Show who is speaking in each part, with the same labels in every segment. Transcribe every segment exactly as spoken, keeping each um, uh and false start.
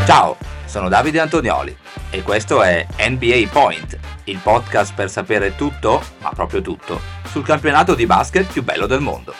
Speaker 1: Ciao, sono Davide Antonioli e questo è N B A Point, il podcast per sapere tutto, ma proprio tutto, sul campionato di basket più bello del mondo.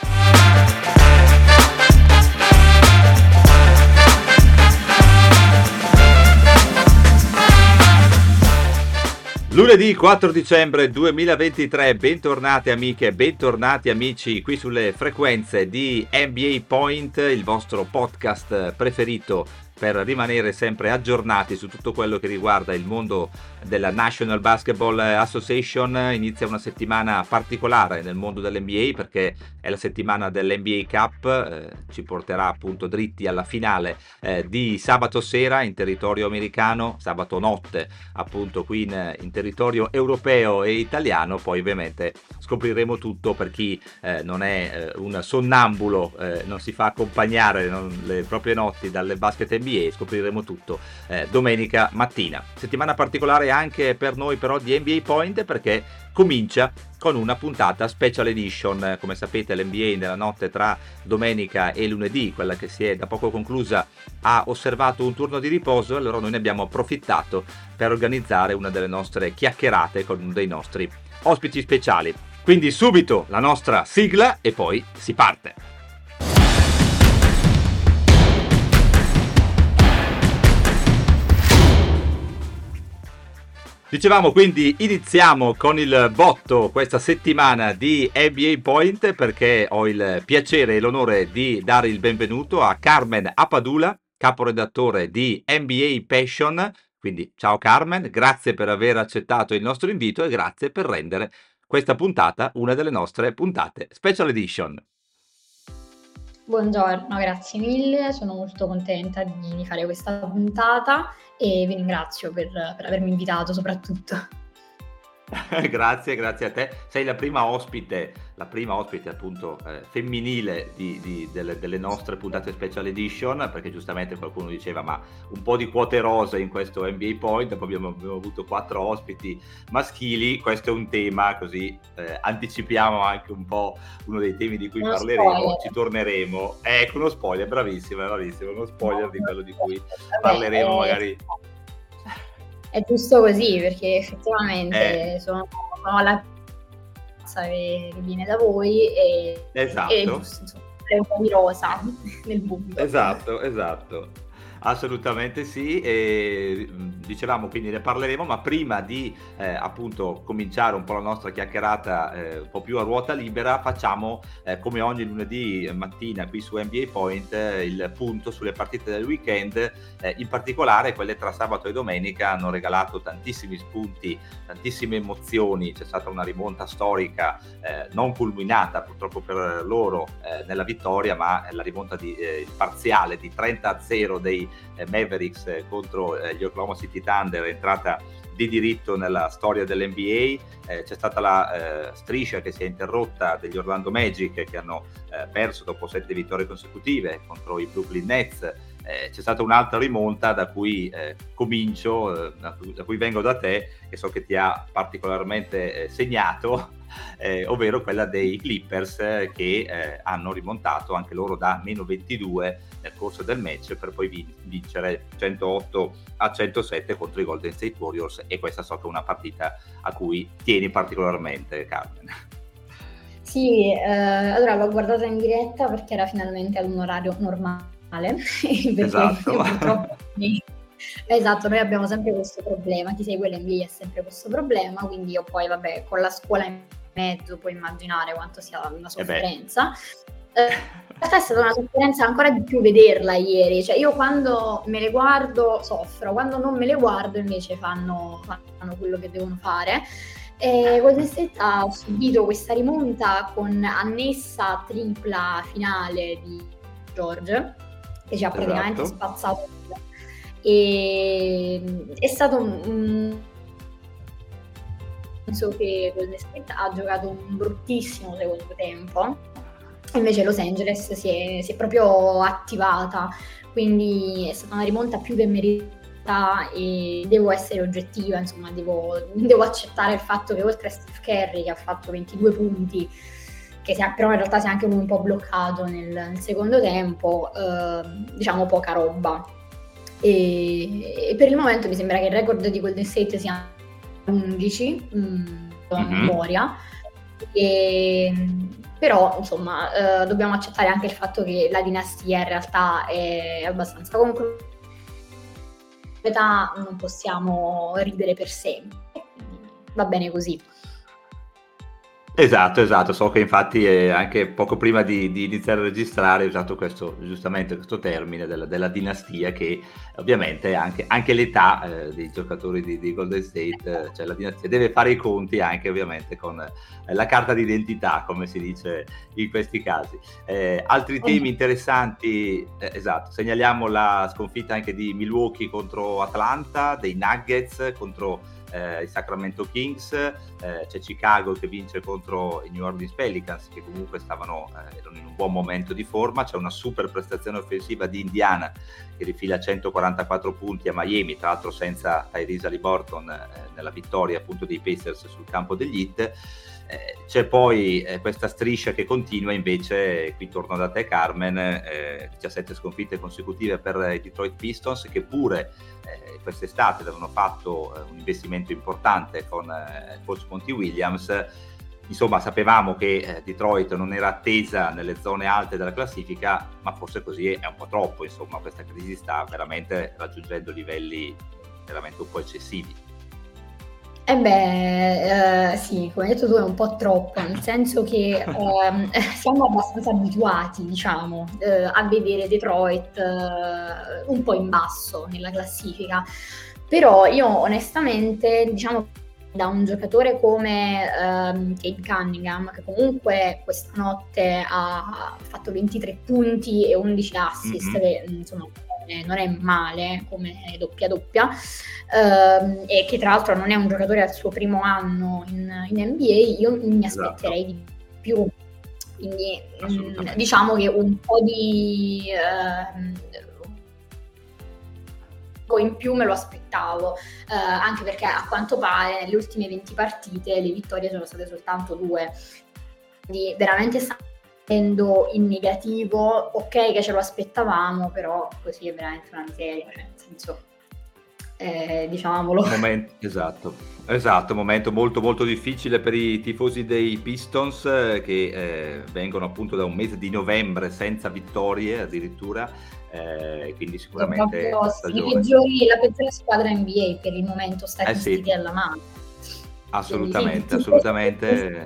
Speaker 1: Lunedì quattro dicembre duemilaventitré, bentornate amiche e bentornati amici qui sulle frequenze di N B A Point, il vostro podcast preferito per rimanere sempre aggiornati su tutto quello che riguarda il mondo della National Basketball Association. Inizia una settimana particolare nel mondo dell'N B A perché è la settimana dell'N B A Cup, eh, ci porterà appunto dritti alla finale eh, di sabato sera in territorio americano, sabato notte appunto qui in, in territorio europeo e italiano. Poi ovviamente scopriremo tutto per chi eh, non è eh, un sonnambulo, eh, non si fa accompagnare non, le proprie notti dalle basket N B A, scopriremo tutto eh, domenica mattina. Settimana particolare anche per noi però di N B A Point perché comincia con una puntata special edition. Come sapete l'N B A nella notte tra domenica e lunedì, quella che si è da poco conclusa, ha osservato un turno di riposo, allora noi ne abbiamo approfittato per organizzare una delle nostre chiacchierate con uno dei nostri ospiti speciali. Quindi subito la nostra sigla e poi si parte. Dicevamo, quindi iniziamo con il botto questa settimana di N B A Point perché ho il piacere e l'onore di dare il benvenuto a Carmen Apadula, caporedattore di N B A Passion. Quindi ciao Carmen, grazie per aver accettato il nostro invito e grazie per rendere questa puntata una delle nostre puntate special edition.
Speaker 2: Buongiorno, grazie mille, sono molto contenta di, di fare questa puntata e vi ringrazio per, per avermi invitato soprattutto.
Speaker 1: Grazie, grazie a te. Sei la prima ospite, la prima ospite appunto eh, femminile di, di, delle, delle nostre puntate special edition, perché giustamente qualcuno diceva ma un po' di quote rose in questo N B A Point, poi abbiamo, abbiamo avuto quattro ospiti maschili. Questo è un tema, così eh, anticipiamo anche un po' uno dei temi di cui uno parleremo, spoiler. Ci torneremo. Ecco, uno spoiler, bravissima, bravissima, uno spoiler di quello di cui Vabbè, parleremo eh... magari.
Speaker 2: È giusto così, perché effettivamente eh. sono, sono la razza che viene da voi e,
Speaker 1: esatto.
Speaker 2: e è giusto, insomma, è un po' di rosa nel mondo.
Speaker 1: Esatto, esatto. Assolutamente sì, e dicevamo quindi ne parleremo, ma prima di eh, appunto cominciare un po' la nostra chiacchierata eh, un po' più a ruota libera, facciamo eh, come ogni lunedì mattina qui su N B A Point eh, il punto sulle partite del weekend, eh, in particolare quelle tra sabato e domenica hanno regalato tantissimi spunti, tantissime emozioni. C'è stata una rimonta storica eh, non culminata purtroppo per loro eh, nella vittoria, ma la rimonta di eh, parziale di trenta a zero dei Mavericks contro gli Oklahoma City Thunder, entrata di diritto nella storia dell'N B A. Eh, c'è stata la eh, striscia che si è interrotta degli Orlando Magic che hanno eh, perso dopo sette vittorie consecutive contro i Brooklyn Nets. Eh, c'è stata un'altra rimonta da cui eh, comincio, eh, da, cui, da cui vengo da te, che so che ti ha particolarmente eh, segnato, eh, ovvero quella dei Clippers eh, che eh, hanno rimontato anche loro da meno ventidue nel corso del match per poi vin- vincere centootto a centosette contro i Golden State Warriors, e questa so che è una partita a cui tieni particolarmente, Carmen.
Speaker 2: Sì, eh, allora l'ho guardata in diretta perché era finalmente ad un orario normale.
Speaker 1: Esatto.
Speaker 2: Purtroppo, esatto, noi abbiamo sempre questo problema, chi segue l'N B A ha sempre questo problema, quindi io poi vabbè con la scuola in mezzo puoi immaginare quanto sia una sofferenza. Eh, in realtà è stata una sofferenza ancora di più vederla ieri, cioè io quando me le guardo soffro, quando non me le guardo invece fanno, fanno quello che devono fare. E Golden State ha subito questa rimonta con annessa tripla finale di George, che ci ha praticamente esatto. spazzato e è stato un penso che Golden State ha giocato un bruttissimo secondo tempo, invece Los Angeles si è, si è proprio attivata, quindi è stata una rimonta più che meritata e devo essere oggettiva, insomma devo, devo accettare il fatto che oltre a Steve Curry che ha fatto ventidue punti, che si è, però in realtà si è anche lui un po' bloccato nel, nel secondo tempo, eh, diciamo poca roba. E, e per il momento mi sembra che il record di Golden State sia undici, mh, a
Speaker 1: Mhm.
Speaker 2: memoria, e, però insomma eh, dobbiamo accettare anche il fatto che la dinastia in realtà è abbastanza conclusa, non possiamo ridere per sempre, quindi va bene così.
Speaker 1: Esatto, esatto. So che infatti eh, anche poco prima di, di iniziare a registrare hai usato questo, giustamente questo termine della, della dinastia, che ovviamente anche, anche l'età eh, dei giocatori di, di Golden State, eh, cioè la dinastia deve fare i conti anche ovviamente con eh, la carta d'identità, come si dice in questi casi. Eh, altri temi interessanti, eh, esatto, segnaliamo la sconfitta anche di Milwaukee contro Atlanta, dei Nuggets contro Eh, i Sacramento Kings, eh, c'è Chicago che vince contro i New Orleans Pelicans, che comunque stavano eh, erano in un buon momento di forma. C'è una super prestazione offensiva di Indiana che rifila centoquarantaquattro punti a Miami, tra l'altro senza Tyrese Haliburton eh, nella vittoria appunto dei Pacers sul campo degli Heat. Eh, c'è poi eh, questa striscia che continua invece, qui torno da te Carmen, eh, diciassette sconfitte consecutive per i Detroit Pistons, che pure eh, quest'estate avevano fatto eh, un investimento importante con eh, il coach Monty Williams. Insomma, sapevamo che eh, Detroit non era attesa nelle zone alte della classifica, ma forse così è un po' troppo. Insomma, questa crisi sta veramente raggiungendo livelli veramente un po' eccessivi.
Speaker 2: Eh beh, eh, sì, come hai detto tu è un po' troppo, nel senso che ehm, siamo abbastanza abituati, diciamo, eh, a vedere Detroit eh, un po' in basso nella classifica, però io onestamente, diciamo, da un giocatore come ehm, Cade Cunningham, che comunque questa notte ha fatto ventitré punti e undici assist,
Speaker 1: Mm-hmm.
Speaker 2: che insomma non è male come doppia doppia, ehm, e che tra l'altro non è un giocatore al suo primo anno in, in N B A, io mi aspetterei esatto. di più, quindi mh, diciamo che un po' di ehm, in più me lo aspettavo, eh, anche perché a quanto pare nelle ultime venti partite le vittorie sono state soltanto due, quindi veramente sta andando in negativo. Ok che ce lo aspettavamo, però così è veramente una miseria, cioè, nel senso, eh, diciamolo.
Speaker 1: Momento, esatto, esatto, momento molto molto difficile per i tifosi dei Pistons eh, che eh, vengono appunto da un mese di novembre senza vittorie addirittura. Eh, quindi sicuramente
Speaker 2: proprio, stagione... peggiori, la peggiore squadra N B A per il momento, statistiche eh sì. alla mano.
Speaker 1: Assolutamente, quindi, assolutamente.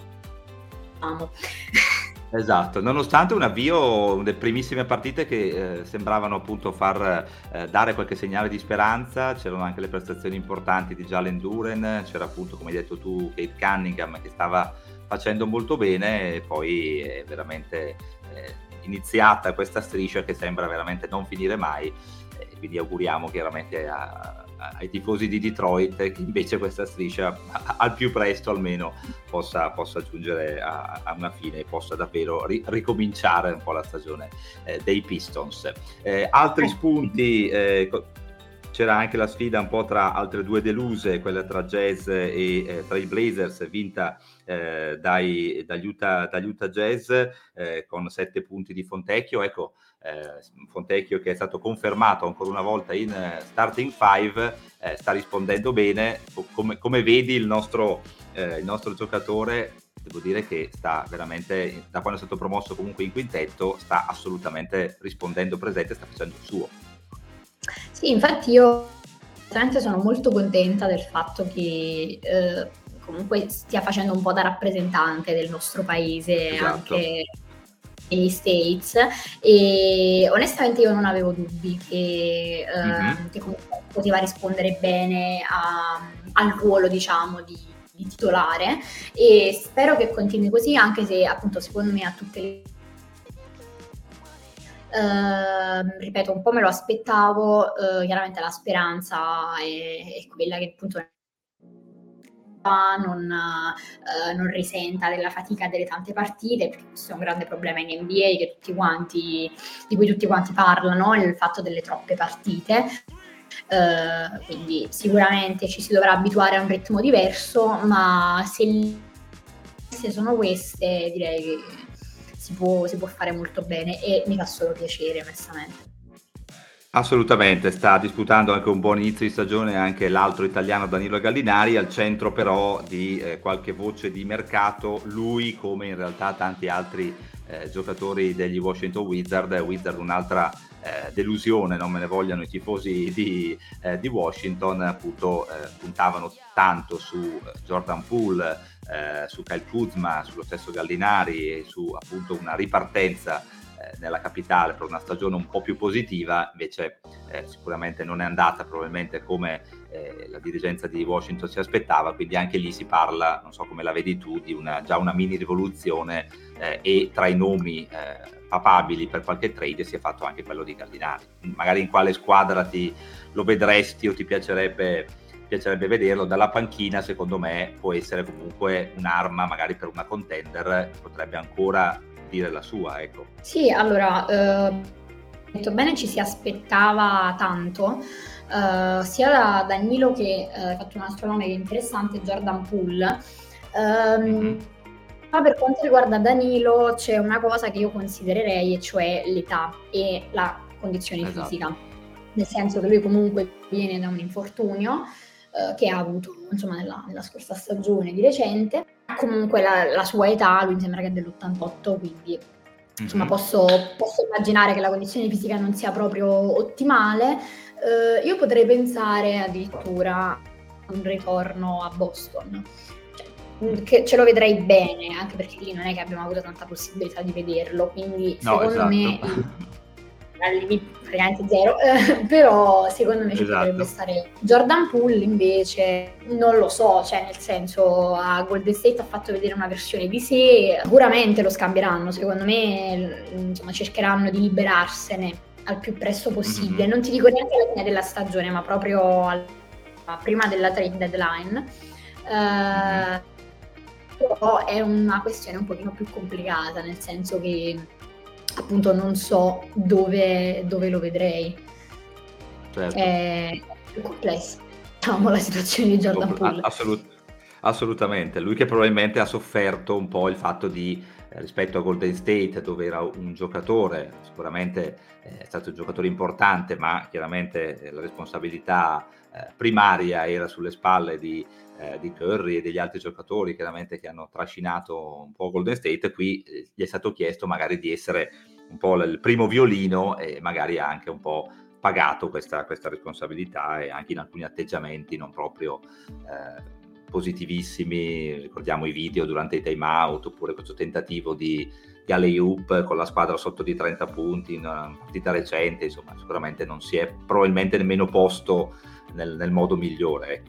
Speaker 1: Esatto, nonostante un avvio delle primissime partite che eh, sembravano appunto far eh, dare qualche segnale di speranza, c'erano anche le prestazioni importanti di Jalen Duren, c'era appunto, come hai detto tu, Cade Cunningham che stava facendo molto bene, e poi è veramente eh, iniziata questa striscia che sembra veramente non finire mai, e quindi auguriamo chiaramente a, a, ai tifosi di Detroit che invece questa striscia a, al più presto almeno possa, possa giungere a, a una fine e possa davvero ri, ricominciare un po' la stagione eh, dei Pistons. Eh, altri spunti, eh, c'era anche la sfida un po' tra altre due deluse, quella tra Jazz e eh, tra i Blazers, vinta eh, dai, dagli, Utah, dagli Utah Jazz eh, con sette punti di Fontecchio. Ecco, eh, Fontecchio che è stato confermato ancora una volta in eh, starting five, eh, sta rispondendo bene. Come, come vedi il nostro, eh, il nostro giocatore, devo dire che sta veramente, da quando è stato promosso comunque in quintetto, sta assolutamente rispondendo presente, sta facendo il suo.
Speaker 2: Sì, infatti io veramente sono molto contenta del fatto che eh, comunque stia facendo un po' da rappresentante del nostro paese, esatto, anche negli States, e onestamente io non avevo dubbi che, eh, mm-hmm. che comunque poteva rispondere bene a, al ruolo, diciamo, di, di titolare, e spero che continui così, anche se appunto secondo me ha tutte le Uh, ripeto, un po' me lo aspettavo, uh, chiaramente la speranza è, è quella che appunto non, uh, non risenta della fatica delle tante partite, perché questo è un grande problema in N B A che tutti quanti, di cui tutti quanti parlano, il fatto delle troppe partite. Uh, quindi sicuramente ci si dovrà abituare a un ritmo diverso, ma se, se sono queste, direi che Si può, si può fare molto bene e mi fa solo piacere, onestamente.
Speaker 1: Assolutamente, sta disputando anche un buon inizio di stagione anche l'altro italiano Danilo Gallinari, al centro però di eh, qualche voce di mercato, lui come in realtà tanti altri eh, giocatori degli Washington Wizards. Wizard un'altra eh, delusione, non me ne vogliano i tifosi di, eh, di Washington, appunto eh, puntavano tanto su Jordan Poole, eh, su Kyle Kuzma, sullo stesso Gallinari e su appunto una ripartenza nella capitale per una stagione un po' più positiva. Invece eh, sicuramente non è andata probabilmente come eh, la dirigenza di Washington si aspettava, quindi anche lì si parla, non so come la vedi tu, di una, già una mini rivoluzione eh, e tra i nomi eh, papabili per qualche trade si è fatto anche quello di Gallinari. Magari in quale squadra ti lo vedresti o ti piacerebbe piacerebbe vederlo? Dalla panchina secondo me può essere comunque un'arma magari per una contender, potrebbe ancora dire la sua, ecco.
Speaker 2: Sì, allora, eh, detto bene, ci si aspettava tanto, eh, sia da Danilo che eh, hai fatto un altro nome che è interessante, Jordan Poole. Um, mm-hmm. Ma per quanto riguarda Danilo c'è una cosa che io considererei, e cioè l'età e la condizione esatto. fisica, nel senso che lui comunque viene da un infortunio eh, che ha avuto insomma nella, nella scorsa stagione di recente. Comunque la, la sua età, lui mi sembra che è dell'ottantotto, quindi insomma mm-hmm. posso, posso immaginare che la condizione fisica non sia proprio ottimale. Uh, io potrei pensare addirittura a un ritorno a Boston, cioè, che ce lo vedrei bene, anche perché lì non è che abbiamo avuto tanta possibilità di vederlo, quindi no, secondo esatto. me al limite praticamente zero, eh, però secondo me ci esatto. potrebbe stare. Jordan Poole invece non lo so, cioè nel senso a Golden State ha fatto vedere una versione di sé, sicuramente lo scambieranno, secondo me insomma cercheranno di liberarsene al più presto possibile, mm-hmm. non ti dico neanche alla fine della stagione ma proprio al, prima della trade deadline, uh, mm-hmm. però è una questione un pochino più complicata, nel senso che appunto non so dove, dove lo vedrei. Certo. È più complessa, diciamo, la situazione di Jordan Poole.
Speaker 1: Assolut- assolutamente, lui che probabilmente ha sofferto un po' il fatto di eh, rispetto a Golden State, dove era un giocatore, sicuramente eh, è stato un giocatore importante, ma chiaramente eh, la responsabilità eh, primaria era sulle spalle di Eh, di Curry e degli altri giocatori chiaramente che hanno trascinato un po' Golden State. Qui eh, gli è stato chiesto magari di essere un po' il primo violino e magari ha anche un po' pagato questa, questa responsabilità e anche in alcuni atteggiamenti non proprio eh, positivissimi. Ricordiamo i video durante i time out oppure questo tentativo di, di alley-oop con la squadra sotto di trenta punti in una partita recente. Insomma, sicuramente non si è probabilmente nemmeno posto nel, nel modo migliore, ecco.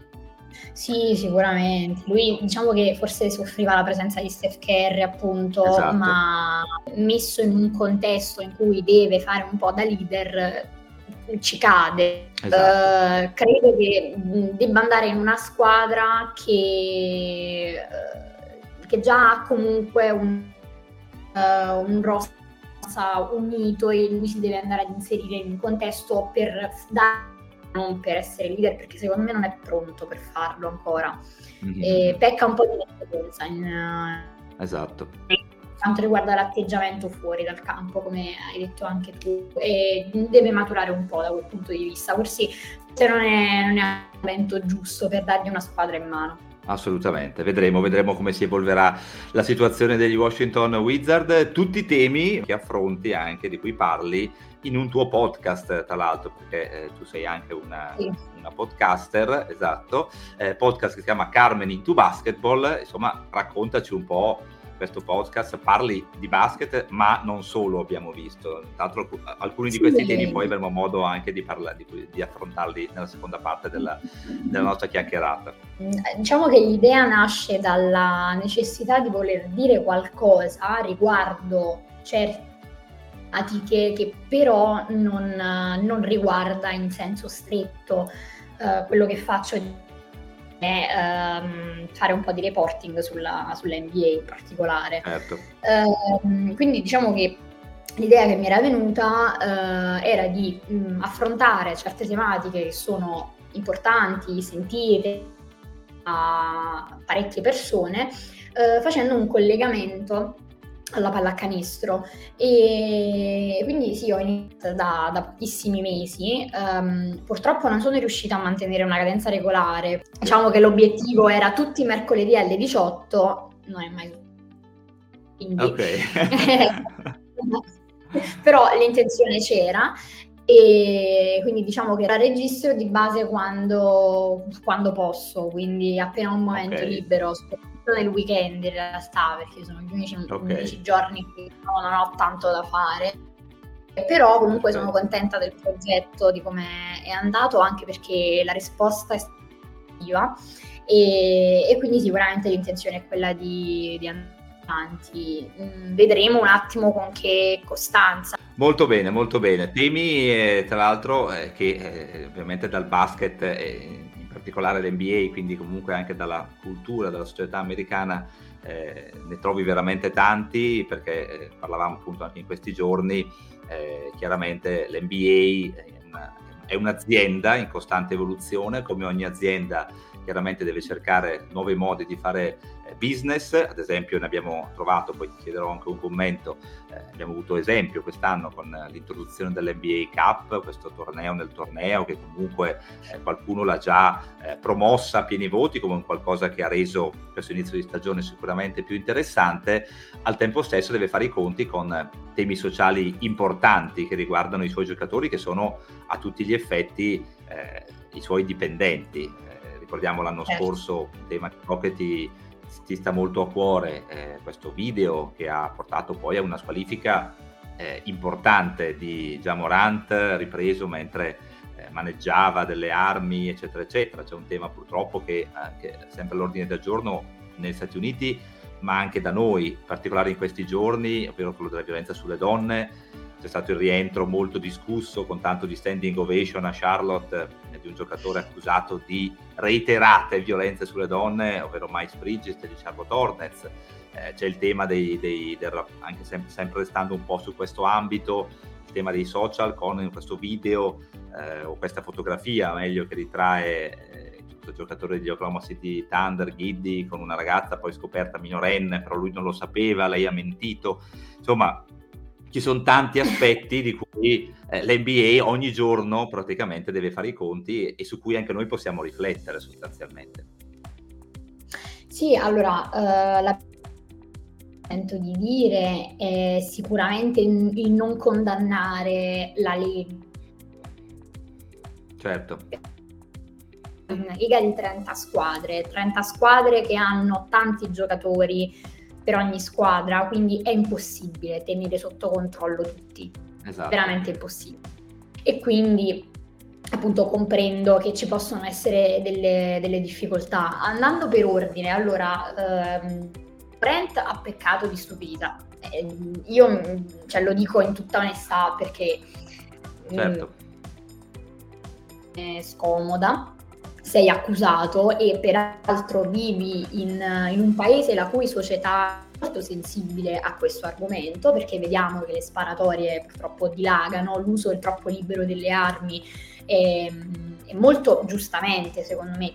Speaker 2: Sì, sicuramente. Lui diciamo che forse soffriva la presenza di Steph Curry appunto, esatto. ma messo in un contesto in cui deve fare un po' da leader ci cade. Esatto. Uh, credo che debba andare in una squadra che, uh, che già ha comunque un, uh, un roster unito e lui si deve andare ad inserire in un contesto per dare, non per essere leader, perché secondo me non è pronto per farlo ancora. Mm-hmm. E pecca un po' di esperienza in
Speaker 1: esatto.
Speaker 2: per quanto riguarda l'atteggiamento fuori dal campo, come hai detto anche tu, e deve maturare un po' da quel punto di vista. Forse non è, non è il momento giusto per dargli una squadra in mano.
Speaker 1: Assolutamente, vedremo, vedremo come si evolverà la situazione degli Washington Wizards. Tutti i temi che affronti anche, di cui parli in un tuo podcast, tra l'altro, perché eh, tu sei anche una, sì. una podcaster, esatto, eh, podcast che si chiama Carmen into Basketball. Insomma, raccontaci un po' questo podcast, parli di basket, ma non solo, abbiamo visto. Tra l'altro alcuni di sì. questi temi poi avremo modo anche di, parla- di, di affrontarli nella seconda parte della, della nostra chiacchierata.
Speaker 2: Diciamo che l'idea nasce dalla necessità di voler dire qualcosa riguardo certi tematiche che però non, non riguarda in senso stretto uh, quello che faccio è um, fare un po' di reporting sulla, sulla N B A in particolare.
Speaker 1: Certo.
Speaker 2: Uh, quindi diciamo che l'idea che mi era venuta uh, era di um, affrontare certe tematiche che sono importanti, sentite a parecchie persone, uh, facendo un collegamento alla pallacanestro. E quindi sì, ho iniziato da, da pochissimi mesi. Um, purtroppo non sono riuscita a mantenere una cadenza regolare. Diciamo che l'obiettivo era tutti i mercoledì alle diciotto, non è mai quindi
Speaker 1: Ok.
Speaker 2: però l'intenzione c'era, e quindi diciamo che la registro di base quando, quando posso, quindi appena ho un momento
Speaker 1: Ok.
Speaker 2: libero, soprattutto nel weekend in realtà, perché sono gli unici,
Speaker 1: Ok.
Speaker 2: unici giorni in cui no, non ho tanto da fare. Però comunque sono
Speaker 1: Perfetto.
Speaker 2: contenta del progetto, di come è andato, anche perché la risposta è stata positiva, e, e quindi sicuramente l'intenzione è quella di, di andare avanti. Mm, vedremo un attimo con che costanza.
Speaker 1: Molto bene, molto bene. Temi, eh, tra l'altro, eh, che eh, ovviamente dal basket e in particolare l'N B A, quindi comunque anche dalla cultura, dalla società americana, eh, ne trovi veramente tanti, perché eh, parlavamo appunto anche in questi giorni, eh, chiaramente l'N B A è, una, è un'azienda in costante evoluzione, come ogni azienda chiaramente deve cercare nuovi modi di fare eh, business. Ad esempio ne abbiamo trovato, poi ti chiederò anche un commento, eh, abbiamo avuto esempio quest'anno con l'introduzione dell'N B A Cup, questo torneo nel torneo che comunque eh, qualcuno l'ha già eh, promossa a pieni voti come un qualcosa che ha reso questo inizio di stagione sicuramente più interessante. Al tempo stesso deve fare i conti con temi sociali importanti che riguardano i suoi giocatori, che sono a tutti gli effetti eh, i suoi dipendenti. Ricordiamo l'anno
Speaker 2: Certo.
Speaker 1: scorso, un tema che ti, ti sta molto a cuore, eh, questo video che ha portato poi a una squalifica eh, importante di Ja Morant, ripreso mentre eh, maneggiava delle armi, eccetera, eccetera. C'è un tema purtroppo che, eh, che è sempre all'ordine del giorno negli Stati Uniti, ma anche da noi, in particolare in questi giorni, ovvero quello della violenza sulle donne. C'è stato il rientro molto discusso con tanto di standing ovation a Charlotte eh, di un giocatore accusato di reiterate violenze sulle donne, ovvero Miles Bridges di Charlotte Hornets. Eh, c'è il tema dei, dei del, anche sem- sempre restando un po' su questo ambito, il tema dei social con questo video eh, o questa fotografia meglio che ritrae eh, il giocatore degli Oklahoma City Thunder, Giddey, con una ragazza poi scoperta minorenne, però lui non lo sapeva, lei ha mentito. Insomma, ci sono tanti aspetti di cui eh, l'N B A ogni giorno praticamente deve fare i conti e, e su cui anche noi possiamo riflettere sostanzialmente.
Speaker 2: Sì, allora, eh, la sento di dire è sicuramente il non condannare la Lega.
Speaker 1: Certo.
Speaker 2: Una Liga di trenta squadre, trenta squadre che hanno tanti giocatori per ogni squadra, quindi è impossibile tenere sotto controllo tutti,
Speaker 1: Esatto.
Speaker 2: Veramente impossibile. E quindi appunto comprendo che ci possono essere delle, delle difficoltà. Andando per ordine, allora ehm, Brent ha peccato di stupidità. Eh, io cioè, lo dico in tutta onestà perché
Speaker 1: certo.
Speaker 2: mh, è scomoda. Sei accusato e peraltro vivi in, in un paese la cui società è molto sensibile a questo argomento, perché vediamo che le sparatorie purtroppo dilagano, l'uso il troppo libero delle armi è, è molto giustamente secondo me,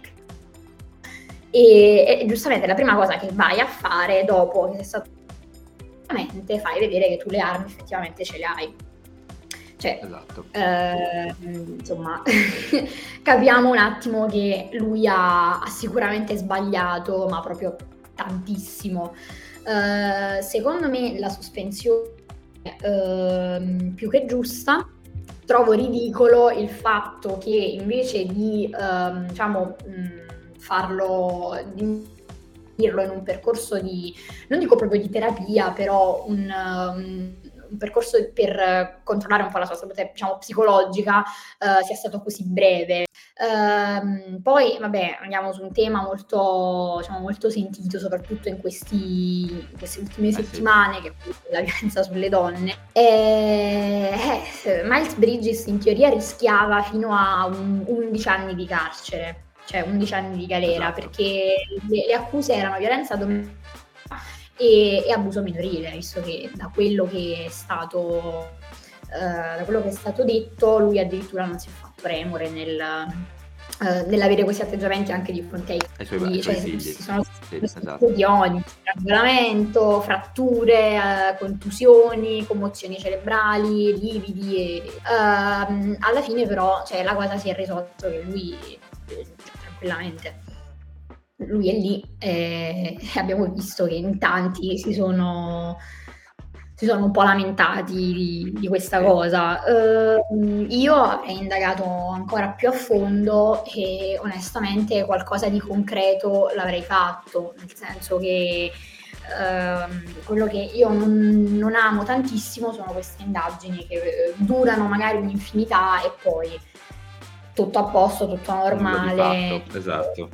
Speaker 2: e, e giustamente la prima cosa che vai a fare dopo che sei stato fai vedere che tu le armi effettivamente ce le hai. Cioè,
Speaker 1: esatto.
Speaker 2: eh, insomma, capiamo un attimo che lui ha, ha sicuramente sbagliato, ma proprio tantissimo. Eh, secondo me la sospensione è eh, più che giusta. Trovo ridicolo il fatto che invece di eh, diciamo mh, farlo, di dirlo in un percorso di, non dico proprio di terapia, però un, un un percorso per controllare un po' la sua salute, diciamo, psicologica, uh, sia stato così breve. Uh, poi, vabbè, andiamo su un tema molto, diciamo, molto sentito, soprattutto in, questi, in queste ultime eh settimane, sì. Che è la violenza sulle donne. E, eh, Miles Bridges in teoria rischiava fino a un, undici anni di carcere, cioè undici anni di galera, esatto. Perché le, le accuse erano violenza domestica E, e abuso minorile, visto che da quello che è stato uh, da quello che è stato detto lui addirittura non si è fatto remore nel, eh, nell'avere questi atteggiamenti anche di fronte ai
Speaker 1: Ai suoi, ai
Speaker 2: figli,
Speaker 1: suoi
Speaker 2: cioè
Speaker 1: figli.
Speaker 2: ci sono
Speaker 1: Sì,
Speaker 2: questi
Speaker 1: esatto.
Speaker 2: di ogni strangolamento, fratture, eh, contusioni, commozioni cerebrali, lividi e ehm, alla fine però cioè, la cosa si è risolto che lui eh, tranquillamente lui è lì e abbiamo visto che in tanti si sono si sono un po' lamentati di, di questa
Speaker 1: Sì.
Speaker 2: cosa. Uh, io avrei indagato ancora più a fondo e onestamente qualcosa di concreto l'avrei fatto, nel senso che uh, quello che io non, non amo tantissimo sono queste indagini che durano magari un'infinità e poi tutto a posto, tutto normale.
Speaker 1: Nulla di fatto, esatto.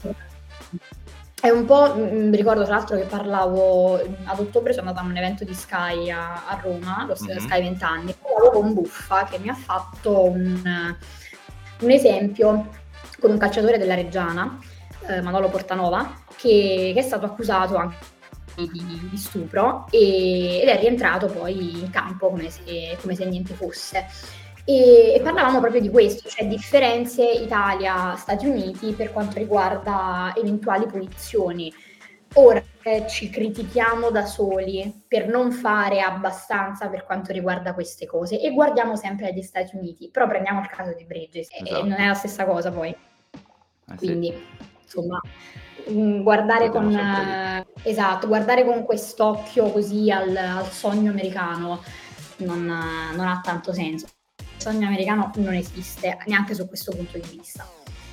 Speaker 2: È un po', mi ricordo tra l'altro che parlavo, ad ottobre sono andata a un evento di Sky a, a Roma, lo
Speaker 1: mm-hmm.
Speaker 2: Sky venti anni, parlavo con Buffa che mi ha fatto un, un esempio con un calciatore della Reggiana, eh, Manolo Portanova, che, che è stato accusato anche di, di stupro e, ed è rientrato poi in campo come se, come se niente fosse. E, e parlavamo proprio di questo, cioè differenze Italia-Stati Uniti per quanto riguarda eventuali punizioni. Ora eh, ci critichiamo da soli per non fare abbastanza per quanto riguarda queste cose e guardiamo sempre agli Stati Uniti, però prendiamo il caso di Bridges esatto. E non è la stessa cosa poi. Eh, Quindi, sì. insomma, mh, guardare con eh, esatto, guardare con quest'occhio così al, al sogno americano non, non ha tanto senso. Il sogno americano non esiste neanche su questo punto di vista.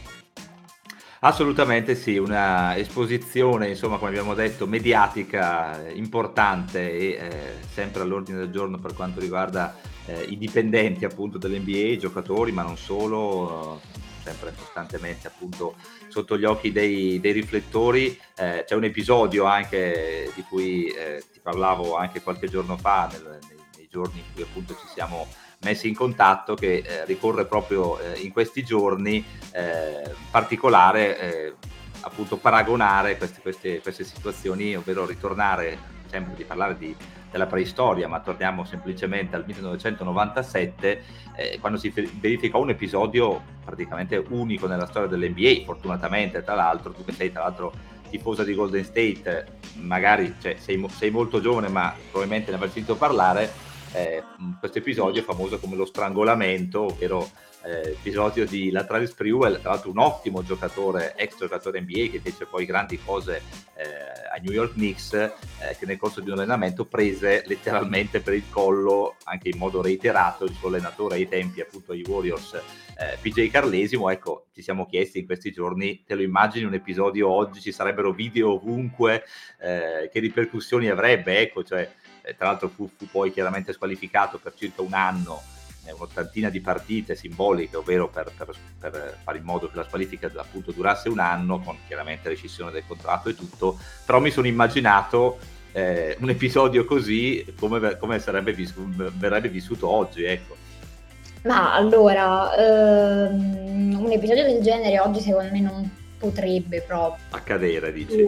Speaker 1: Assolutamente sì, una esposizione, insomma, come abbiamo detto, mediatica importante e eh, sempre all'ordine del giorno per quanto riguarda eh, i dipendenti appunto dell'N B A, i giocatori, ma non solo, eh, sempre costantemente appunto sotto gli occhi dei, dei riflettori. Eh, c'è un episodio anche di cui eh, ti parlavo anche qualche giorno fa, nel, nei, nei giorni in cui appunto ci siamo messi in contatto, che eh, ricorre proprio eh, in questi giorni, eh, in particolare eh, appunto paragonare queste, queste, queste situazioni, ovvero ritornare sempre di parlare di, della preistoria, ma torniamo semplicemente al millenovecentonovantasette, eh, quando si verifica un episodio praticamente unico nella storia dell'N B A, fortunatamente tra l'altro, tu che sei tra l'altro tifosa di Golden State, magari cioè, sei, sei molto giovane ma probabilmente ne avrei sentito parlare. Eh, questo episodio è famoso come lo strangolamento, ovvero eh, episodio di Latrell Sprewell, tra l'altro un ottimo giocatore, ex giocatore N B A che fece poi grandi cose eh, ai New York Knicks, eh, che nel corso di un allenamento prese letteralmente per il collo, anche in modo reiterato, il suo allenatore ai tempi appunto ai Warriors, eh, P J Carlesimo. Ecco, ci siamo chiesti in questi giorni, te lo immagini un episodio oggi, ci sarebbero video ovunque, eh, che ripercussioni avrebbe, ecco, cioè tra l'altro fu, fu poi chiaramente squalificato per circa un anno, eh, un'ottantina di partite simboliche, ovvero per, per, per fare in modo che la squalifica appunto durasse un anno, con chiaramente rescissione del contratto e tutto, però mi sono immaginato eh, un episodio così come, come sarebbe vissuto, verrebbe vissuto oggi, ecco.
Speaker 2: Ma allora, ehm, un episodio del genere oggi secondo me non potrebbe proprio
Speaker 1: accadere, dici?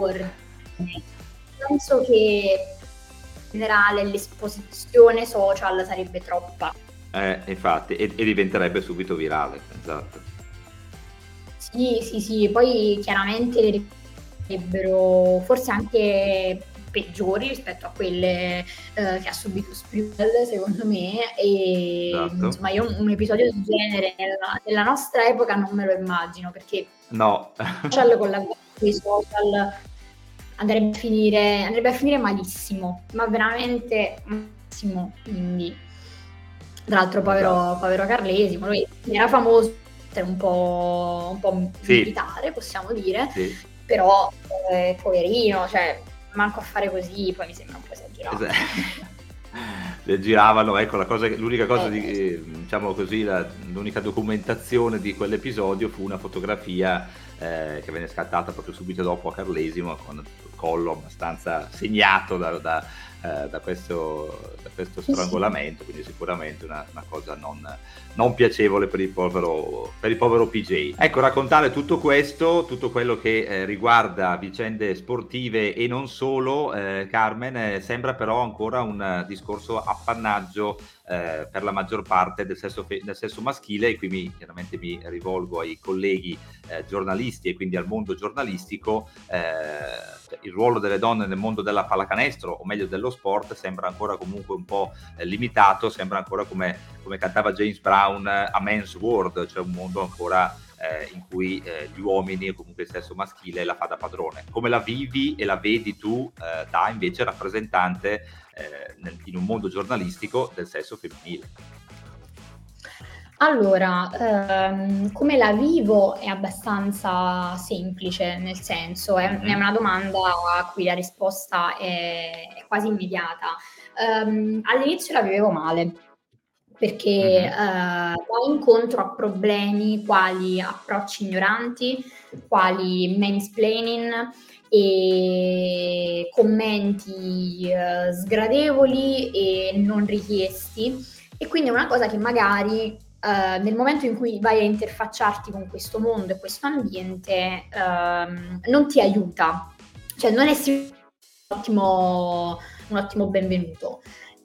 Speaker 2: Penso che in generale l'esposizione social sarebbe troppa.
Speaker 1: Eh, infatti, e, e diventerebbe subito virale, esatto.
Speaker 2: Sì, sì, sì, poi chiaramente sarebbero forse anche peggiori rispetto a quelle eh, che ha subito Sprewell, secondo me, e esatto. Insomma io un, un episodio del genere nella, nella nostra epoca non me lo immagino, perché
Speaker 1: no.
Speaker 2: social con la dei social andrebbe a finire andrebbe a finire malissimo, ma veramente malissimo. Quindi tra l'altro povero, esatto. povero Carlesimo, lui era famoso, era un po' un po' sì. militare, possiamo dire, sì. Però eh, poverino, cioè manco a fare così, poi mi sembra un po' esagerato.
Speaker 1: Esatto. Le giravano, ecco, la cosa, l'unica cosa eh, di, diciamo così, la, l'unica documentazione di quell'episodio fu una fotografia eh, che venne scattata proprio subito dopo a Carlesimo, con il collo abbastanza segnato da, da, eh, da, questo, da questo strangolamento, quindi sicuramente una, una cosa non, non piacevole per il povero per il povero P J. Ecco, raccontare tutto questo, tutto quello che eh, riguarda vicende sportive e non solo, eh, Carmen, eh, sembra però ancora un discorso appannaggio eh, per la maggior parte del sesso, fe- del sesso maschile, e qui mi, chiaramente mi rivolgo ai colleghi eh, giornalisti e quindi al mondo giornalistico. Eh, il ruolo delle donne nel mondo della pallacanestro, o meglio dello sport, sembra ancora comunque un po' eh, limitato, sembra ancora come, come cantava James Brown, a man's world, cioè un mondo ancora eh, in cui eh, gli uomini o comunque il sesso maschile la fa da padrone. Come la vivi e la vedi tu eh, da invece rappresentante eh, nel, in un mondo giornalistico del sesso femminile?
Speaker 2: Allora, ehm, come la vivo è abbastanza semplice, nel senso è, è
Speaker 1: Mhm.
Speaker 2: una domanda a cui la risposta è, è quasi immediata. Ehm, all'inizio la vivevo male, perché eh,
Speaker 1: Mhm.
Speaker 2: va incontro a problemi quali approcci ignoranti, quali mansplaining e commenti eh, sgradevoli e non richiesti. E quindi è una cosa che magari eh, nel momento in cui vai a interfacciarti con questo mondo e questo ambiente ehm, non ti aiuta, cioè non è sicuramente un ottimo, un ottimo benvenuto.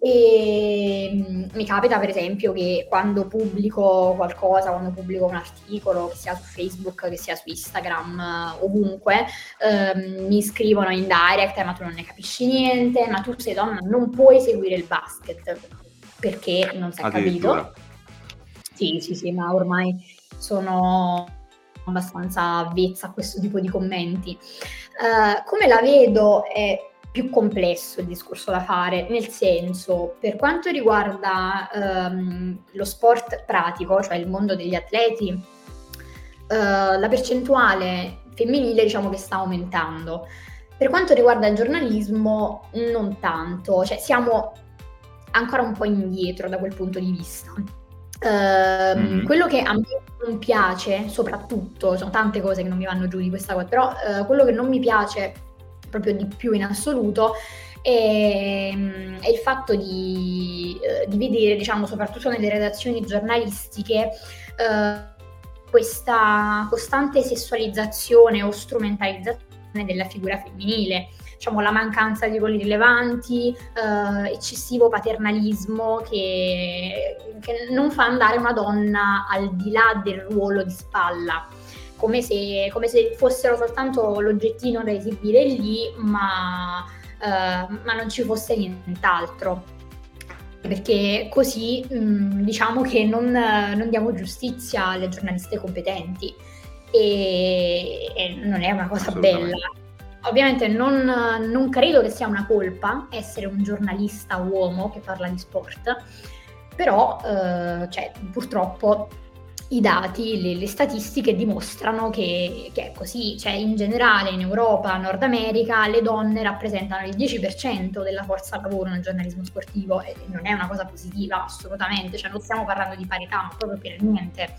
Speaker 2: E mh, mi capita per esempio che quando pubblico qualcosa, quando pubblico un articolo, che sia su Facebook, che sia su Instagram, eh, ovunque, ehm, mi scrivono in direct: "Eh, ma tu non ne capisci niente, ma tu sei donna, non puoi seguire il basket", perché non si è
Speaker 1: Addirittura.
Speaker 2: capito. Sì, sì, sì, ma ormai sono abbastanza avvezza a questo tipo di commenti. Eh, come la vedo è più complesso il discorso da fare, nel senso, per quanto riguarda ehm, lo sport pratico, cioè il mondo degli atleti, eh, la percentuale femminile diciamo che sta aumentando. Per quanto riguarda il giornalismo, non tanto, cioè siamo ancora un po' indietro da quel punto di vista. Ehm,
Speaker 1: Mhm.
Speaker 2: quello che a me non piace, soprattutto, sono tante cose che non mi vanno giù di questa cosa, però eh, quello che non mi piace proprio di più in assoluto è, è il fatto di, eh, di vedere, diciamo, soprattutto nelle redazioni giornalistiche, eh, questa costante sessualizzazione o strumentalizzazione della figura femminile, diciamo la mancanza di ruoli rilevanti, eh, eccessivo paternalismo che, che non fa andare una donna al di là del ruolo di spalla, come se, come se fossero soltanto l'oggettino da esibire lì, ma, eh, ma non ci fosse nient'altro. Perché così mh, diciamo che non, non diamo giustizia alle giornaliste competenti e, e non è una cosa bella. Ovviamente non, non credo che sia una colpa essere un giornalista uomo che parla di sport, però eh, cioè, purtroppo i dati, le, le statistiche dimostrano che, che è così, cioè in generale in Europa, Nord America, le donne rappresentano il dieci per cento della forza lavoro nel giornalismo sportivo e non è una cosa positiva assolutamente, cioè non stiamo parlando di parità, ma proprio per niente.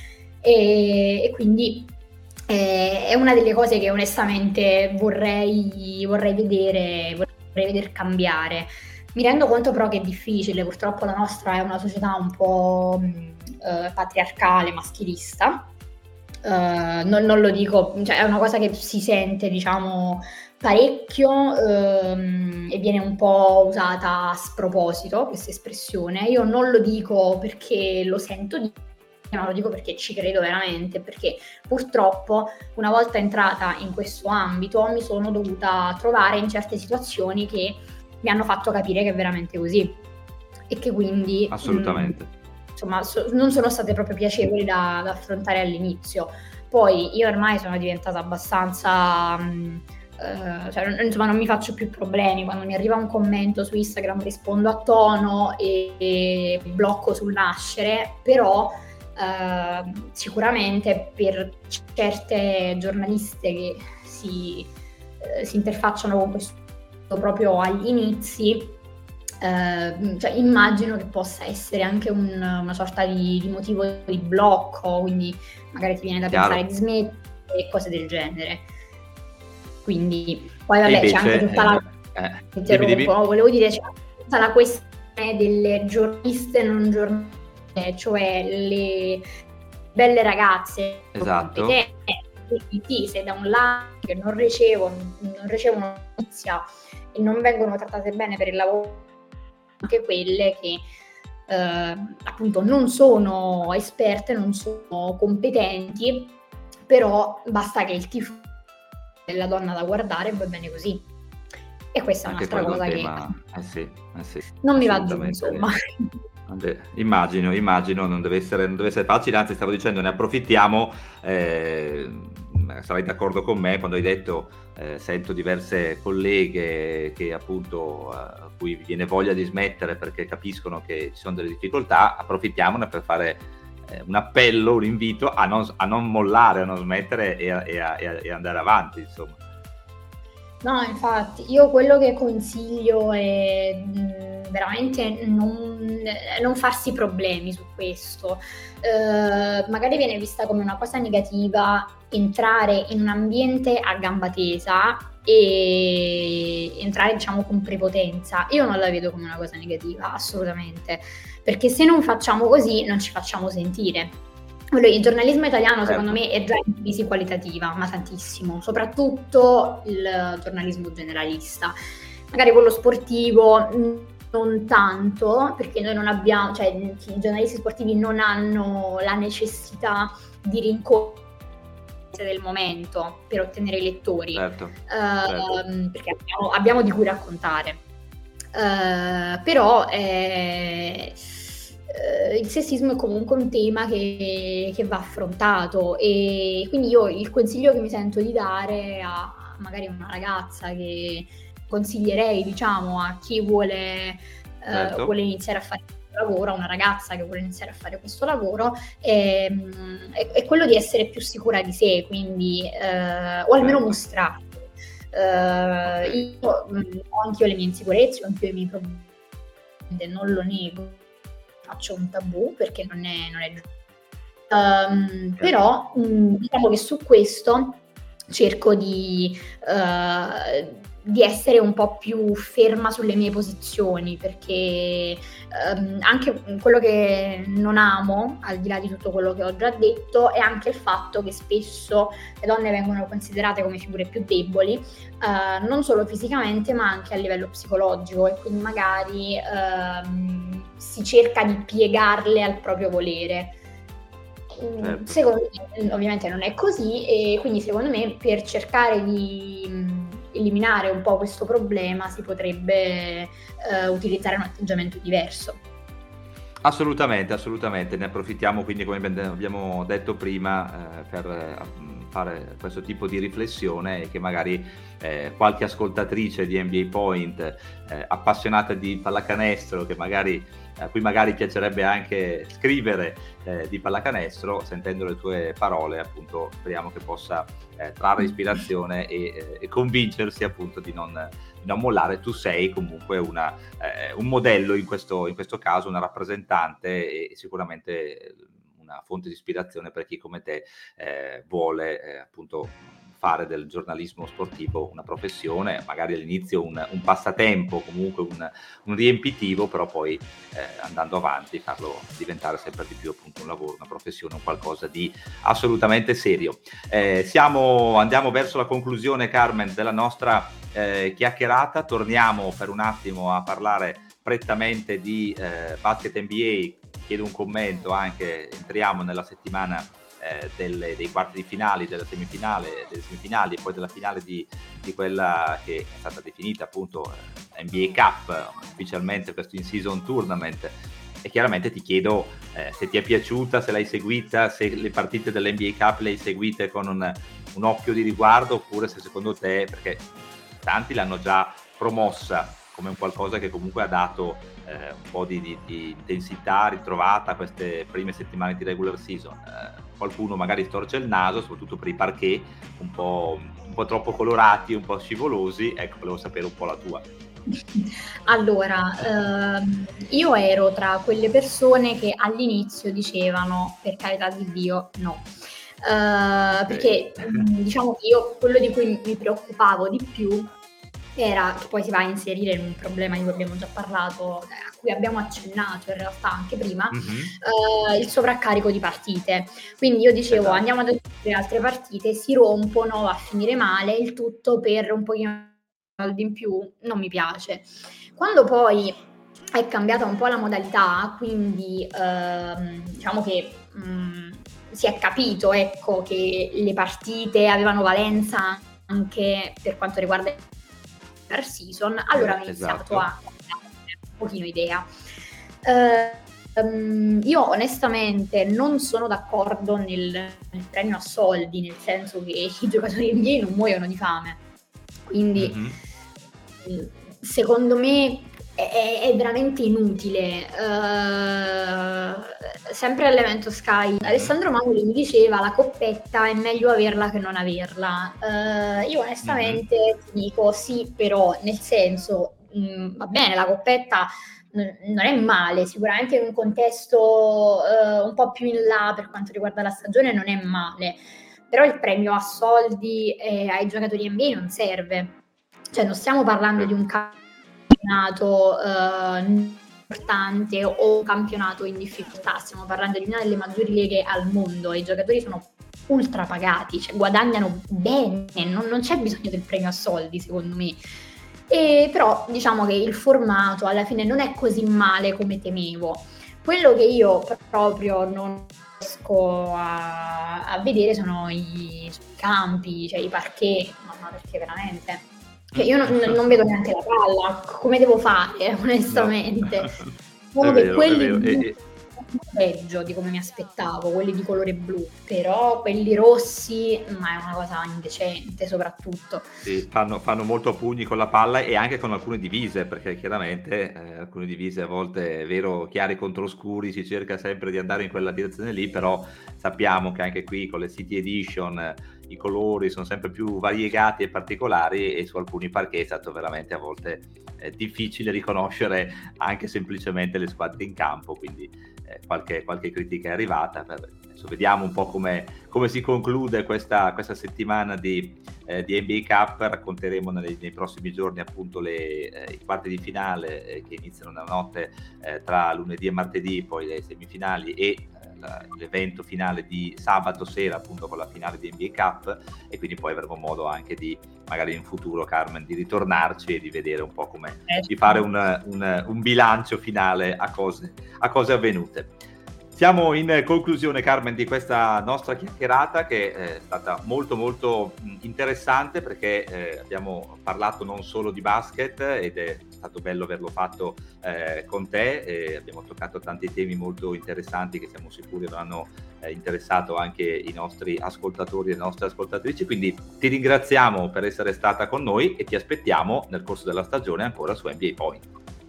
Speaker 2: E, e quindi eh, è una delle cose che onestamente vorrei, vorrei vedere, vorrei vedere cambiare. Mi rendo conto però che è difficile, purtroppo la nostra è una società un po' eh, patriarcale, maschilista. Uh, non, non lo dico, cioè è una cosa che si sente, diciamo, parecchio um, e viene un po' usata a sproposito questa espressione. Io non lo dico perché lo sento dire, ma lo dico perché ci credo veramente, perché purtroppo una volta entrata in questo ambito mi sono dovuta trovare in certe situazioni che mi hanno fatto capire che è veramente così e che quindi
Speaker 1: assolutamente
Speaker 2: mh, insomma so, non sono state proprio piacevoli da, da affrontare all'inizio. Poi io ormai sono diventata abbastanza mh, eh, cioè, insomma non mi faccio più problemi, quando mi arriva un commento su Instagram rispondo a tono e, e blocco sul nascere, però eh, sicuramente per certe giornaliste che si, eh, si interfacciano con questo proprio agli inizi, eh, cioè immagino che possa essere anche un, una sorta di, di motivo di blocco, quindi magari ti viene da
Speaker 1: chiaro.
Speaker 2: pensare di smettere e cose del genere. Quindi poi vabbè
Speaker 1: invece,
Speaker 2: c'è anche tutta la
Speaker 1: eh, eh,
Speaker 2: interrompo,
Speaker 1: dimmi, dimmi.
Speaker 2: no? Volevo dire c'è tutta la questione delle giornaliste non giornaliste, cioè le belle ragazze
Speaker 1: Esatto.
Speaker 2: competenti. Sì, se da un lato che non ricevono, non ricevono notizia e non vengono trattate bene per il lavoro, anche quelle che ehm, appunto non sono esperte, non sono competenti, però basta che il tifo della donna da guardare va bene così. E questa è
Speaker 1: Anche
Speaker 2: un'altra
Speaker 1: quello è un
Speaker 2: cosa che
Speaker 1: tema eh sì, eh sì,
Speaker 2: non mi va giù,
Speaker 1: assolutamente
Speaker 2: insomma.
Speaker 1: vero. Vabbè, immagino, immagino, non deve essere non deve essere facile, anzi stavo dicendo ne approfittiamo, ehm, sarai d'accordo con me quando hai detto, ehm, sento diverse colleghe che appunto a cui viene voglia di smettere perché capiscono che ci sono delle difficoltà, approfittiamone per fare, ehm, un appello, un invito a non s a non mollare, a non smettere e a e a e a e andare avanti, insomma.
Speaker 2: No, infatti, io quello che consiglio è, mhmm, veramente non ehm, non farsi problemi su questo. Uhm, magari viene vista come una cosa negativa entrare in un ambiente a gamba tesa e entrare, diciamo, con prepotenza. Io non la vedo come una cosa negativa, assolutamente, perché se non facciamo così non ci facciamo sentire. Allora, il giornalismo italiano secondo
Speaker 1: Certo.
Speaker 2: me è già in crisi qualitativa, ma tantissimo, soprattutto il giornalismo generalista. Magari quello sportivo mh, non tanto, perché noi non abbiamo, cioè i giornalisti sportivi non hanno la necessità di rincorrere del momento per ottenere i lettori,
Speaker 1: Certo, certo.
Speaker 2: uh, perché abbiamo, abbiamo di cui raccontare. Uh, però eh, Uh, il sessismo è comunque un tema che, che va affrontato, e quindi io il consiglio che mi sento di dare a magari una ragazza che consiglierei, diciamo, a chi vuole, uh,
Speaker 1: Certo.
Speaker 2: vuole iniziare a fare questo lavoro, a una ragazza che vuole iniziare a fare questo lavoro, è, è, è quello di essere più sicura di sé, quindi uh, o almeno
Speaker 1: Certo.
Speaker 2: mostrarlo. Uh,
Speaker 1: Okay.
Speaker 2: io mh, ho anch'io le mie insicurezze, ho anch'io i miei problemi, non lo nego, faccio un tabù perché non è, non è um,
Speaker 1: Certo.
Speaker 2: però mh, diciamo che su questo cerco di, uh, di essere un po' più ferma sulle mie posizioni, perché um, anche quello che non amo, al di là di tutto quello che ho già detto, è anche il fatto che spesso le donne vengono considerate come figure più deboli, uh, non solo fisicamente ma anche a livello psicologico, e quindi magari um, si cerca di piegarle al proprio volere.
Speaker 1: Certo.
Speaker 2: Secondo me ovviamente non è così, e quindi secondo me per cercare di mh, eliminare un po' questo problema si potrebbe eh, utilizzare un atteggiamento diverso.
Speaker 1: Assolutamente, assolutamente. Ne approfittiamo quindi, come abbiamo detto prima, eh, per eh, fare questo tipo di riflessione, e che magari eh, qualche ascoltatrice di N B A Point eh, appassionata di pallacanestro, che magari a cui magari piacerebbe anche scrivere eh, di pallacanestro, sentendo le tue parole, appunto, speriamo che possa eh, trarre ispirazione e, eh, e convincersi appunto di non, di non mollare. Tu sei comunque una, eh, un modello in questo, in questo caso, una rappresentante e, e sicuramente una fonte di ispirazione per chi come te eh, vuole eh, appunto fare del giornalismo sportivo una professione, magari all'inizio un, un passatempo, comunque un, un riempitivo, però poi eh, andando avanti farlo diventare sempre di più appunto un lavoro, una professione, un qualcosa di assolutamente serio. Eh, siamo, andiamo verso la conclusione, Carmen, della nostra eh, chiacchierata. Torniamo per un attimo a parlare prettamente di eh, basket N B A. Chiedo un commento anche, entriamo nella settimana eh, delle, dei quarti di finali, della semifinale, delle semifinali e poi della finale di, di quella che è stata definita appunto eh, N B A Cup, ufficialmente questo in-season tournament. E chiaramente ti chiedo eh, se ti è piaciuta, se l'hai seguita, se le partite dell'N B A Cup le hai seguite con un, un occhio di riguardo, oppure se secondo te, perché tanti l'hanno già promossa come un qualcosa che comunque ha dato eh, un po' di, di, di intensità ritrovata a queste prime settimane di regular season. Eh, qualcuno magari storce il naso, soprattutto per i parquet un po', un po' troppo colorati, un po' scivolosi. Ecco, volevo sapere un po' la tua.
Speaker 2: Allora, ehm, io ero tra quelle persone che all'inizio dicevano, per carità di Dio, no. Uh, perché mh, diciamo che io quello di cui mi preoccupavo di più era, che poi si va a inserire in un problema di cui abbiamo già parlato, a cui abbiamo accennato in realtà anche prima,
Speaker 1: Mm-hmm.
Speaker 2: uh, il sovraccarico di partite. Quindi io dicevo,
Speaker 1: Esatto.
Speaker 2: andiamo ad aggiungere altre partite, si rompono, va a finire male, il tutto per un pochino di soldi in più, non mi piace. Quando poi è cambiata un po' la modalità, quindi ehm, diciamo che mh, si è capito, ecco, che le partite avevano valenza anche per quanto riguarda il regular season, allora
Speaker 1: Eh,
Speaker 2: ho iniziato
Speaker 1: esatto.
Speaker 2: a cambiare un pochino idea. Ehm, io onestamente non sono d'accordo nel, nel premio a soldi, nel senso che i giocatori N B A non muoiono di fame. Quindi
Speaker 1: Mm-hmm.
Speaker 2: secondo me è, è veramente inutile. Uh, sempre all'evento Sky, mm-hmm. Alessandro Mauri mi diceva la coppetta è meglio averla che non averla. Uh, io onestamente mm-hmm. ti dico sì, però nel senso mh, va bene, la coppetta non è male, sicuramente in un contesto uh, un po' più in là per quanto riguarda la stagione non è male, però il premio a soldi eh, ai giocatori N B A non serve, cioè non stiamo parlando eh. di un campionato uh, importante o un campionato in difficoltà, stiamo parlando di una delle maggiori leghe al mondo e i giocatori sono ultra pagati, cioè guadagnano bene, non, non c'è bisogno del premio a soldi secondo me. E però diciamo che il formato alla fine non è così male come temevo. Quello che io proprio non riesco a, a vedere sono i, i campi, cioè i parquet, mamma perché veramente cioè io non, non vedo neanche la palla, come devo fare onestamente?
Speaker 1: No. È
Speaker 2: che
Speaker 1: vero,
Speaker 2: quelli
Speaker 1: è vero.
Speaker 2: Blu,
Speaker 1: E,
Speaker 2: peggio di come mi aspettavo, quelli di colore blu, però quelli rossi ma è una cosa indecente soprattutto.
Speaker 1: Sì, fanno, fanno molto a pugni con la palla e anche con alcune divise, perché chiaramente eh, alcune divise a volte è vero, chiari contro scuri, si cerca sempre di andare in quella direzione lì, però sappiamo che anche qui con le City Edition eh, i colori sono sempre più variegati e particolari e su alcuni parquet è stato veramente a volte eh, difficile riconoscere anche semplicemente le squadre in campo, quindi eh, qualche, qualche critica è arrivata. Adesso vediamo un po' come, come si conclude questa, questa settimana di, eh, di N B A Cup. Racconteremo nei, nei prossimi giorni appunto le, eh, i quarti di finale eh, che iniziano nella notte eh, tra lunedì e martedì, poi le semifinali e l'evento finale di sabato sera appunto con la finale di N B A Cup, e quindi poi avremo modo anche di magari in futuro, Carmen, di ritornarci e di vedere un po' come di fare un, un, un bilancio finale a cose, a cose avvenute. Siamo in conclusione, Carmen, di questa nostra chiacchierata che è stata molto molto interessante, perché eh, abbiamo parlato non solo di basket ed è stato bello averlo fatto eh, con te, e abbiamo toccato tanti temi molto interessanti che siamo sicuri avranno eh, interessato anche i nostri ascoltatori e le nostre ascoltatrici, quindi ti ringraziamo per essere stata con noi e ti aspettiamo nel corso della stagione ancora su N B A Point.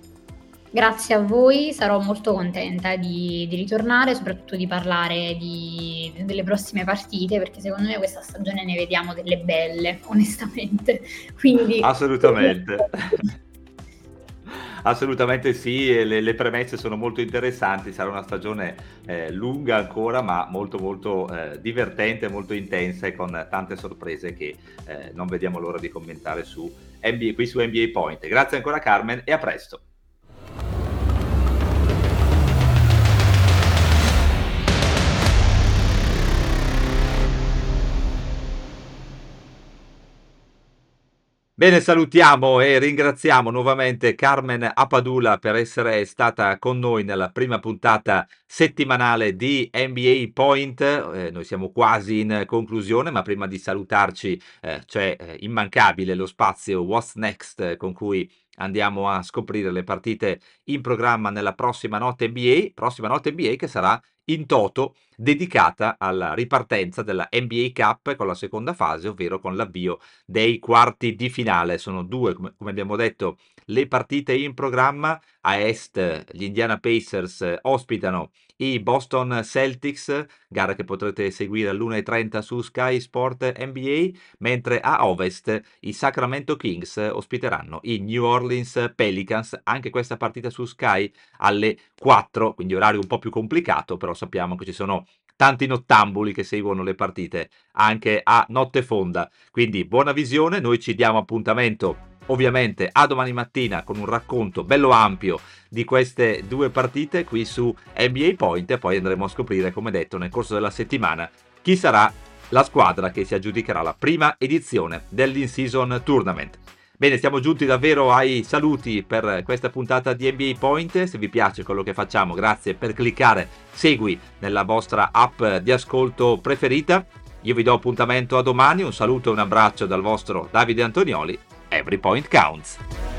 Speaker 2: Grazie a voi, sarò molto contenta di, di ritornare, soprattutto di parlare di, delle prossime partite, perché secondo me questa stagione ne vediamo delle belle, onestamente. Quindi
Speaker 1: assolutamente. Assolutamente sì, le, le premesse sono molto interessanti, sarà una stagione eh, lunga ancora, ma molto molto eh, divertente, molto intensa e con tante sorprese che eh, non vediamo l'ora di commentare su N B A, qui su N B A Point. Grazie ancora Carmen e a presto. Bene, salutiamo e ringraziamo nuovamente Carmen Apadula per essere stata con noi nella prima puntata settimanale di N B A Point. Eh, noi siamo quasi in conclusione, ma prima di salutarci eh, c'è eh, immancabile lo spazio What's Next, con cui andiamo a scoprire le partite in programma nella prossima notte N B A, prossima notte N B A che sarà in toto dedicata alla ripartenza della N B A Cup con la seconda fase, ovvero con l'avvio dei quarti di finale. Sono due, come, come abbiamo detto, le partite in programma. A est gli Indiana Pacers ospitano i Boston Celtics, gara che potrete seguire all'una e trenta su Sky Sport N B A, mentre a ovest i Sacramento Kings ospiteranno i New Orleans Pelicans, anche questa partita su Sky alle quattro, quindi orario un po' più complicato, però sappiamo che ci sono tanti nottambuli che seguono le partite anche a notte fonda, quindi buona visione. Noi ci diamo appuntamento ovviamente a domani mattina con un racconto bello ampio di queste due partite qui su N B A Point, e poi andremo a scoprire, come detto, nel corso della settimana chi sarà la squadra che si aggiudicherà la prima edizione dell'In-Season Tournament. Bene, siamo giunti davvero ai saluti per questa puntata di N B A Point. Se vi piace quello che facciamo, grazie per cliccare segui nella vostra app di ascolto preferita. Io vi do appuntamento a domani, un saluto e un abbraccio dal vostro Davide Antonioli. Every point counts.